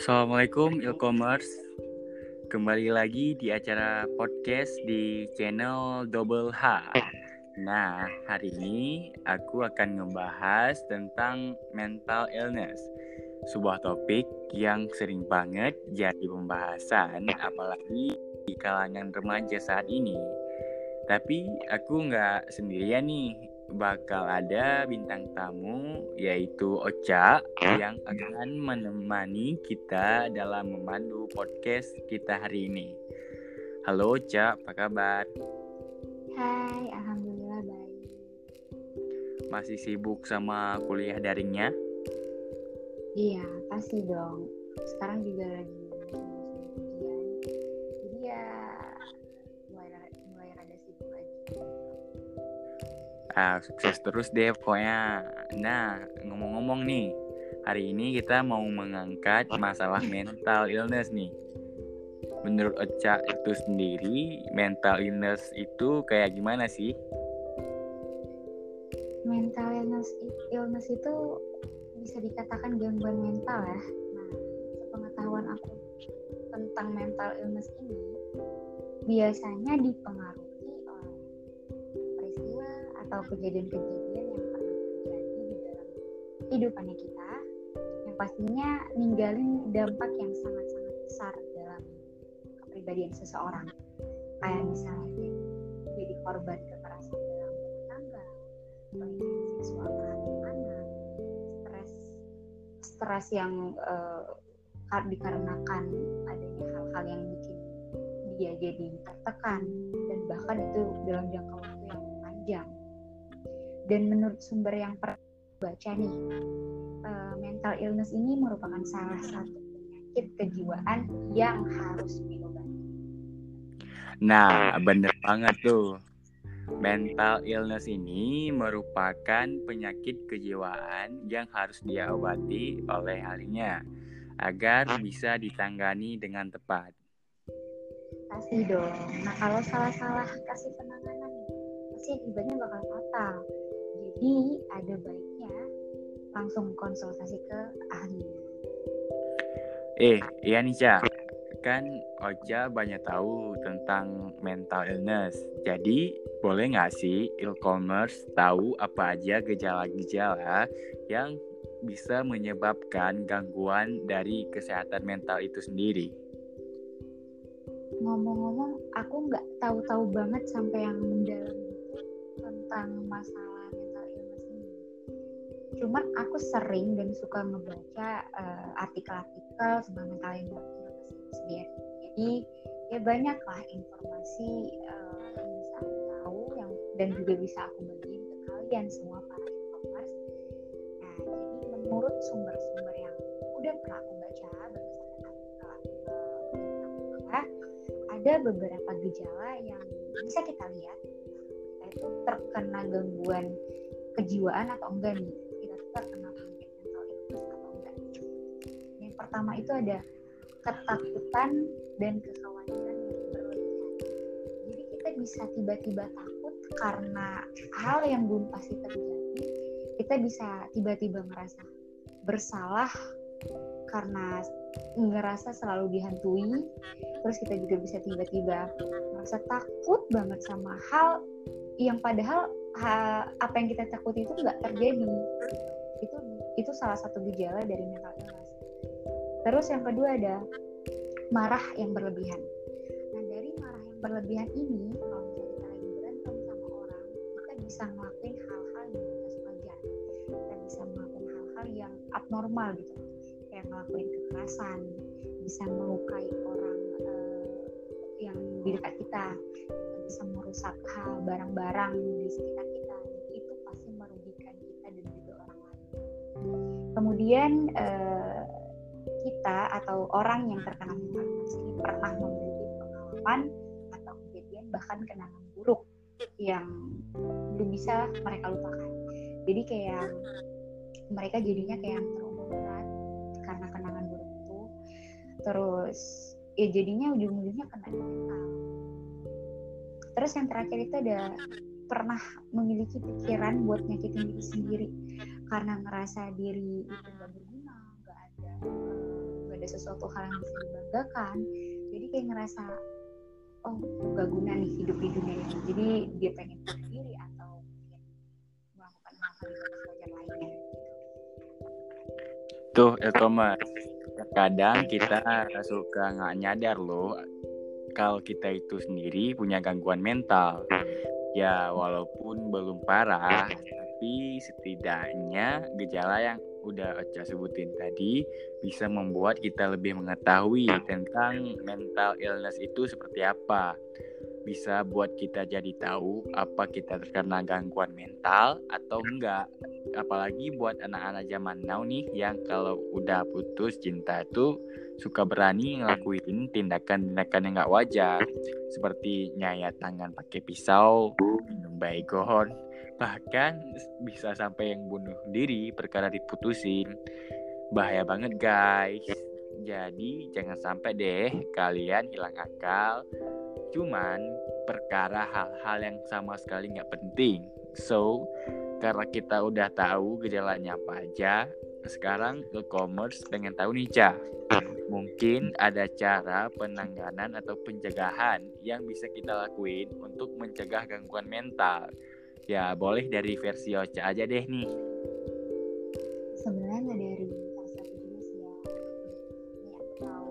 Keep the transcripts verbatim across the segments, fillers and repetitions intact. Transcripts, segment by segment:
Assalamualaikum e-commerce. Kembali lagi di acara podcast di channel Double H. Nah, hari ini aku akan ngebahas tentang mental illness. Sebuah topik yang sering banget jadi pembahasan, apalagi di kalangan remaja saat ini. Tapi aku nggak sendirian nih, bakal ada bintang tamu yaitu Ocha yang akan menemani kita dalam memandu podcast kita hari ini. Halo Ocha, apa kabar? Hai, alhamdulillah baik. Masih sibuk sama kuliah daringnya? Iya, pasti dong. Sekarang juga lagi musim ujian. Jadi ya mulai mulai rada sibuk lagi. Ah, sukses terus deh pokoknya. Nah, ngomong-ngomong nih, hari ini kita mau mengangkat masalah mental illness nih. Menurut Ocha itu sendiri, mental illness itu kayak gimana sih? Mental illness, illness itu bisa dikatakan gangguan mental ya. Nah, sepengetahuan aku tentang mental illness ini biasanya dipengaruhi oleh peristiwa atau kejadian-kejadian yang pernah terjadi di dalam kehidupannya kita, yang pastinya ninggalin dampak yang sangat-sangat besar dalam kepribadian seseorang. Kayak misalnya jadi, jadi korban kekerasan dalam rumah tangga, pelecehan seksual terhadap anak, stres stres yang uh, dikarenakan adanya hal-hal yang bikin dia jadi tertekan, dan bahkan itu dalam jangka waktu yang panjang. Dan menurut sumber yang pernah baca nih, uh, mental illness ini merupakan salah satu penyakit kejiwaan yang harus diobati. Nah, bener banget tuh. Mental illness ini merupakan penyakit kejiwaan yang harus diobati oleh ahlinya agar bisa ditangani dengan tepat. Pasti dong. Nah, kalau salah-salah kasih penanganan, pasti akibatnya bakal fatal. Jadi ada baiknya langsung konsultasi ke ahli. Eh, iya nih Ca, kan Ocha banyak tahu tentang mental illness. Jadi, boleh nggak sih e-commerce tahu apa aja gejala-gejala yang bisa menyebabkan gangguan dari kesehatan mental itu sendiri? Ngomong-ngomong, aku nggak tahu-tahu banget sampai yang mendalam itu tentang masalah mental illness ini. Cuman aku sering dan suka ngebaca uh, artikel-artikel tentang mental illness itu sendiri. Jadi ya banyaklah informasi uh, yang bisa aku tahu yang dan juga bisa aku bagiin ke kalian semua para e-commerce. Nah, jadi menurut sumber-sumber yang udah pernah aku baca berdasarkan artikel-artikel yang aku ada beberapa gejala yang bisa kita lihat kita itu terkena gangguan kejiwaan atau enggak nih, kita terkena penyakit mental illness atau enggak. Yang pertama itu ada ketakutan dan kekhawatiran yang berlebihan. Jadi kita bisa tiba-tiba takut karena hal yang belum pasti terjadi. Kita bisa tiba-tiba merasa bersalah karena ngerasa selalu dihantui. Terus kita juga bisa tiba-tiba merasa takut banget sama hal yang padahal ha, apa yang kita takuti itu nggak terjadi. Itu itu salah satu gejala dari mental illness. Terus yang kedua ada marah yang berlebihan. Nah, dari marah yang berlebihan ini, kalau misalnya kita lagi berantem sama orang, kita bisa ngelakuin hal-hal yang batas wajar. Kita bisa ngelakuin hal-hal yang abnormal gitu, kayak ngelakuin kekerasan, bisa melukai orang uh, yang di dekat kita, kita bisa merusak hal barang-barang di sekitar kita. Itu pasti merugikan kita dan juga orang lain. Kemudian uh, kita atau orang yang terkena mental illness ini pernah memiliki pengalaman atau kejadian bahkan kenangan buruk yang belum bisa mereka lupakan. Jadi kayak mereka jadinya kayak yang trauma berat karena kenangan buruk itu. Terus ya jadinya ujung-ujungnya kena di mental. Terus yang terakhir itu ada pernah memiliki pikiran buat nyakitin diri sendiri karena ngerasa diri itu gak berguna, gak ada gak ada ada sesuatu hal yang bisa dibanggakan, jadi kayak ngerasa oh gak guna nih hidup di dunia ini, jadi dia pengen bunuh diri atau mungkin melakukan hal-hal yang tidak wajar lainnya gitu. Tuh e-commerce, terkadang kita suka nggak nyadar loh kalau kita itu sendiri punya gangguan mental. Ya walaupun belum parah, tapi setidaknya gejala yang udah Ocha sebutin tadi bisa membuat kita lebih mengetahui tentang mental illness itu seperti apa. Bisa buat kita jadi tahu apa kita terkena gangguan mental atau enggak. Apalagi buat anak-anak zaman now nih yang kalau udah putus cinta tuh suka berani ngelakuin tindakan-tindakan yang gak wajar, seperti nyayat tangan pakai pisau, minum baygon, bahkan bisa sampai yang bunuh diri perkara diputusin. Bahaya banget guys. Jadi jangan sampai deh kalian hilang akal cuman perkara hal-hal yang sama sekali gak penting. So karena kita udah tahu gejalanya apa aja, sekarang e-commerce pengen tahu nih Ca, mungkin ada cara penanganan atau pencegahan yang bisa kita lakuin untuk mencegah gangguan mental. Ya boleh dari versi Ocha aja deh nih. Sebenarnya nggak dari versi aku juga sih ya. Ini aku tahu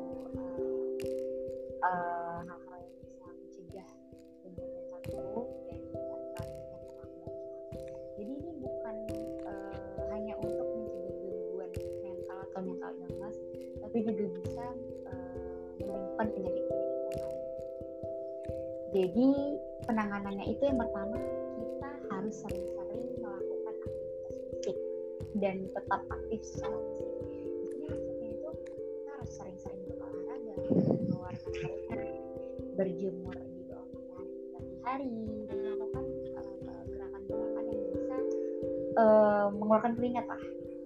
uh, uh, hal-hal yang bisa mencegah gangguan mental itu dari artikel yang pernah aku baca. Jadi ini bukan uh, hanya untuk mencegah gangguan mental atau mental illness, tapi juga bisa uh, menyembuhkan penyakit-penyakit yang lain. Jadi penanganannya itu yang pertama, kita harus sering-sering melakukan aktivitas fisik dan tetap aktif secara fisik. Jadi maksudnya itu kita harus sering-sering berolahraga, mengeluarkan keringat, berjemur di bawah matahari pagi hari, dan melakukan uh, gerakan-gerakan yang bisa uh, mengeluarkan keringat lah.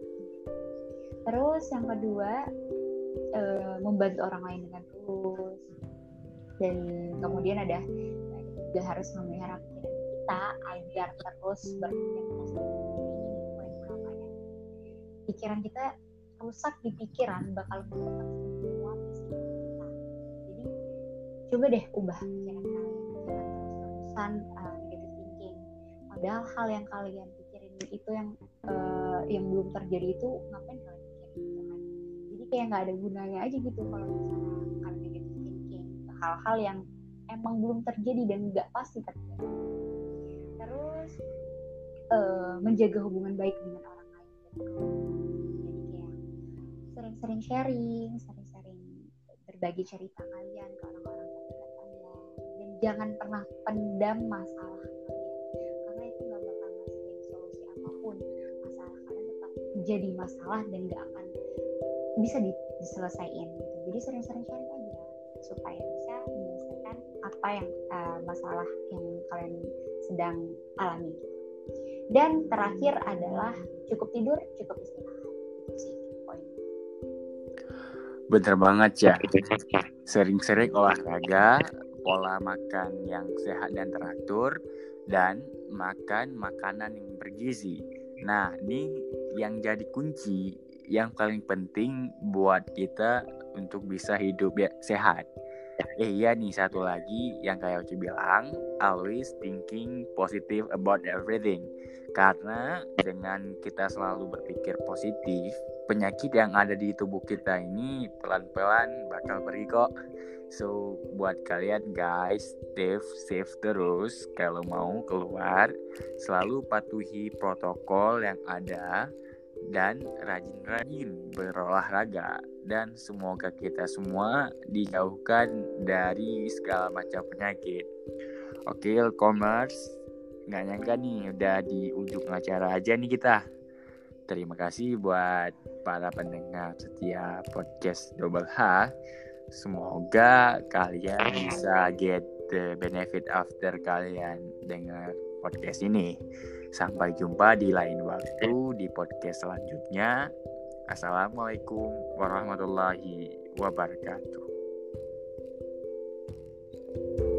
Terus yang kedua, uh, membantu orang lain dengan tulus. Dan kemudian ada juga harus memelihara pikiran kita agar terus berpikir positif. Ini poin utamanya. Pikiran kita rusak di pikiran bakal merusak semua visi kita. Jadi coba deh ubah pikiran kalian, jangan terus-terusan uh, negative thinking. Padahal hal yang kalian pikirin itu yang uh, yang belum terjadi itu ngapain kalian pikirin gitu kan? Jadi kayak nggak ada gunanya aja gitu kalau misalnya kalian negative thinking hal-hal yang emang belum terjadi dan nggak pasti terjadi. Terus uh, menjaga hubungan baik dengan orang lain. Jadi kayak sering-sering sharing, sering-sering berbagi cerita kalian ke orang-orang terdekat kalian, dan jangan pernah pendam masalah kalian, karena itu nggak bakal ngasih solusi apapun. Masalah kalian tetap jadi masalah dan nggak akan bisa diselesaikan gitu. Jadi sering-sering sharing aja supaya bisa menyelesaikan apa yang uh, masalah yang kalian sedang alami gitu. Dan terakhir adalah cukup tidur, cukup istirahat. Itu sih poinnya. Bener banget ya. Sering-sering olahraga, pola makan yang sehat dan teratur, dan makan makanan yang bergizi. Nah, ini yang jadi kunci yang paling penting buat kita untuk bisa hidup ya, sehat. Eh iya nih satu lagi yang kayak Oci bilang, always thinking positive about everything. Karena dengan kita selalu berpikir positif, penyakit yang ada di tubuh kita ini pelan-pelan bakal pergi kok. So buat kalian guys, safe, safe terus. Kalau mau keluar, selalu patuhi protokol yang ada dan rajin-rajin berolahraga, dan semoga kita semua dijauhkan dari segala macam penyakit. Oke, e-commerce, nggak nyangka nih udah di ujung acara aja nih kita. Terima kasih buat para pendengar setia podcast Double H. Semoga kalian bisa get the benefit after kalian dengar podcast ini. Sampai jumpa di lain waktu di podcast selanjutnya. Assalamualaikum warahmatullahi wabarakatuh.